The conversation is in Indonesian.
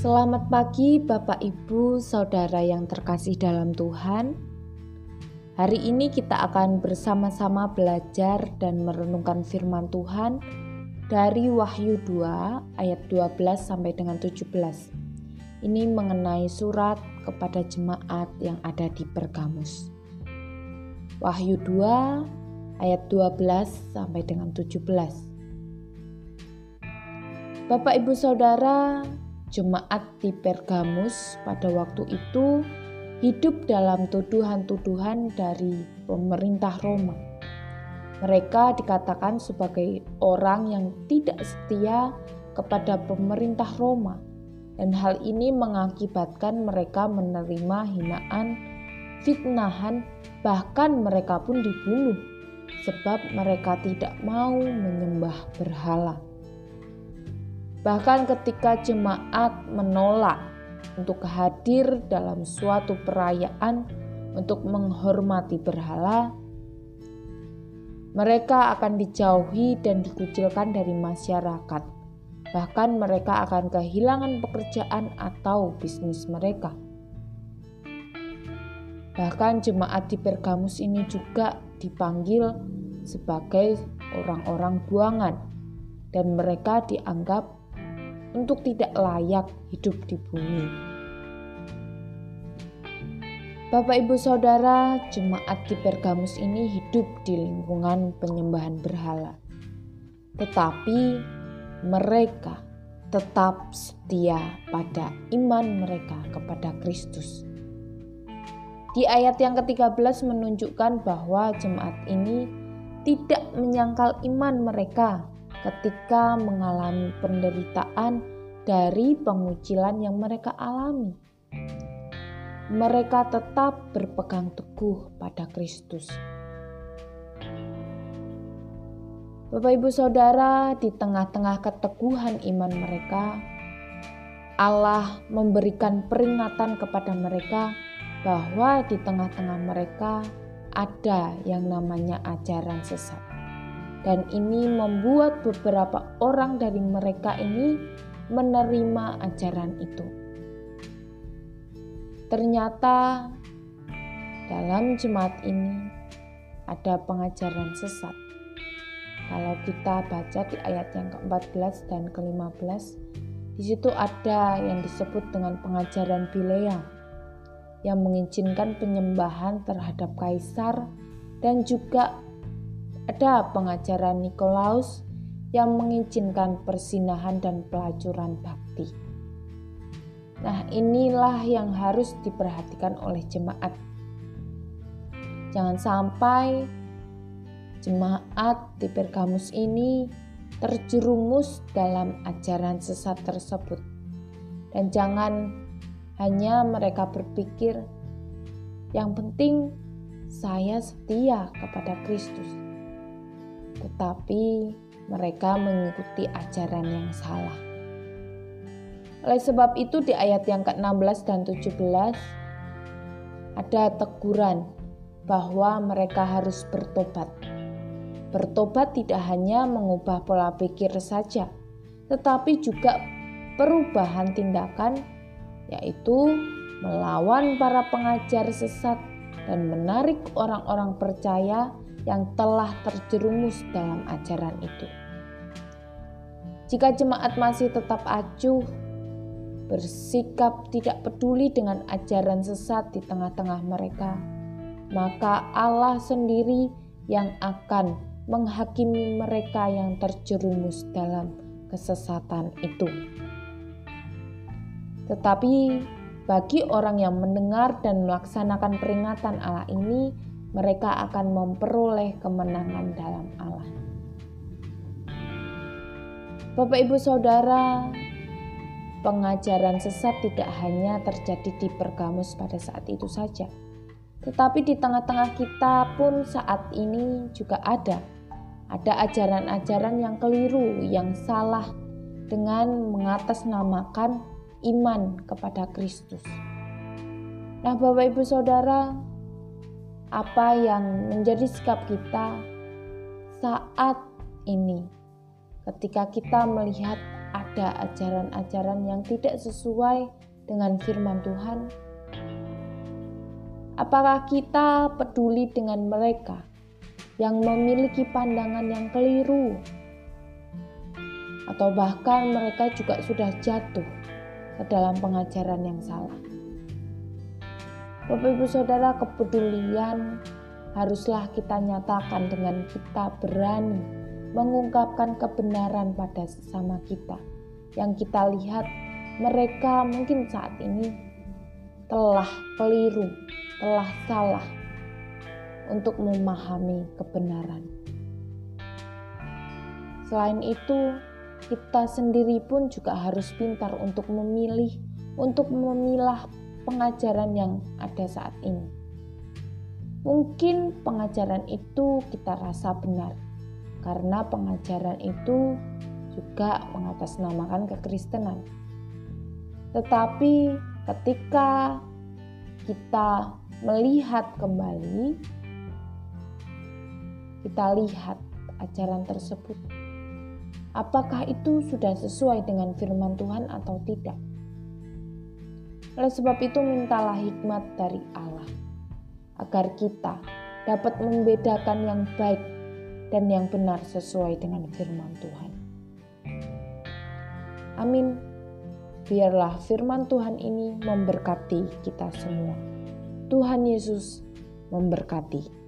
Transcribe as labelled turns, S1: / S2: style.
S1: Selamat pagi Bapak Ibu Saudara yang terkasih dalam Tuhan. Hari ini kita akan bersama-sama belajar dan merenungkan firman Tuhan dari Wahyu 2 ayat 12 sampai dengan 17. Ini mengenai surat kepada jemaat yang ada di Pergamus. Wahyu 2 ayat 12 sampai dengan 17. Bapak Ibu Saudara, jemaat di Pergamus pada waktu itu hidup dalam tuduhan-tuduhan dari pemerintah Roma. Mereka dikatakan sebagai orang yang tidak setia kepada pemerintah Roma, dan hal ini mengakibatkan mereka menerima hinaan, fitnahan, bahkan mereka pun dibunuh sebab mereka tidak mau menyembah berhala. Bahkan ketika jemaat menolak untuk hadir dalam suatu perayaan untuk menghormati berhala, mereka akan dijauhi dan dikucilkan dari masyarakat. Bahkan mereka akan kehilangan pekerjaan atau bisnis mereka. Bahkan jemaat di Pergamus ini juga dipanggil sebagai orang-orang buangan, dan mereka dianggap untuk tidak layak hidup di bumi. Bapak Ibu Saudara, jemaat di Pergamus ini hidup di lingkungan penyembahan berhala. Tetapi mereka tetap setia pada iman mereka kepada Kristus. Di ayat yang ke-13 menunjukkan bahwa jemaat ini tidak menyangkal iman mereka ketika mengalami penderitaan dari pengucilan yang mereka alami. Mereka tetap berpegang teguh pada Kristus. Bapak Ibu Saudara, di tengah-tengah keteguhan iman mereka, Allah memberikan peringatan kepada mereka bahwa di tengah-tengah mereka ada yang namanya ajaran sesat. Dan ini membuat beberapa orang dari mereka ini menerima ajaran itu. Ternyata dalam jemaat ini ada pengajaran sesat. Kalau kita baca di ayat yang ke-14 dan ke-15, di situ ada yang disebut dengan pengajaran Bileam yang mengizinkan penyembahan terhadap kaisar, dan juga ada pengajaran Nikolaus yang mengizinkan persinahan dan pelacuran bakti. Nah, inilah yang harus diperhatikan oleh jemaat. Jangan sampai jemaat di Pergamus ini terjerumus dalam ajaran sesat tersebut. Dan jangan hanya mereka berpikir, yang penting saya setia kepada Kristus. Tetapi mereka mengikuti ajaran yang salah. Oleh sebab itu di ayat yang ke-16 dan 17 ada teguran bahwa mereka harus bertobat. Bertobat tidak hanya mengubah pola pikir saja, tetapi juga perubahan tindakan, yaitu melawan para pengajar sesat dan menarik orang-orang percaya yang telah terjerumus dalam ajaran itu. Jika jemaat masih tetap acuh, bersikap tidak peduli dengan ajaran sesat di tengah-tengah mereka, maka Allah sendiri yang akan menghakimi mereka yang terjerumus dalam kesesatan itu. Tetapi bagi orang yang mendengar dan melaksanakan peringatan Allah ini, mereka akan memperoleh kemenangan dalam Allah. Bapak Ibu Saudara, pengajaran sesat tidak hanya terjadi di Pergamus pada saat itu saja, tetapi di tengah-tengah kita pun saat ini juga ada ajaran-ajaran yang keliru, yang salah dengan mengatasnamakan iman kepada Kristus. Nah, Bapak Ibu Saudara, apa yang menjadi sikap kita saat ini ketika kita melihat ada ajaran-ajaran yang tidak sesuai dengan firman Tuhan? Apakah kita peduli dengan mereka yang memiliki pandangan yang keliru? Atau bahkan mereka juga sudah jatuh ke dalam pengajaran yang salah? Bapak Ibu Saudara, kepedulian haruslah kita nyatakan dengan kita berani mengungkapkan kebenaran pada sesama kita. Yang kita lihat mereka mungkin saat ini telah keliru, telah salah untuk memahami kebenaran. Selain itu, kita sendiri pun juga harus pintar untuk memilih, untuk memilah pengajaran yang ada saat ini. Mungkin pengajaran itu kita rasa benar, karena pengajaran itu juga mengatasnamakan kekristenan. Tetapi ketika kita melihat kembali, kita lihat ajaran tersebut, apakah itu sudah sesuai dengan firman Tuhan atau tidak? Oleh sebab itu, mintalah hikmat dari Allah, agar kita dapat membedakan yang baik dan yang benar sesuai dengan firman Tuhan. Amin. Biarlah firman Tuhan ini memberkati kita semua. Tuhan Yesus memberkati.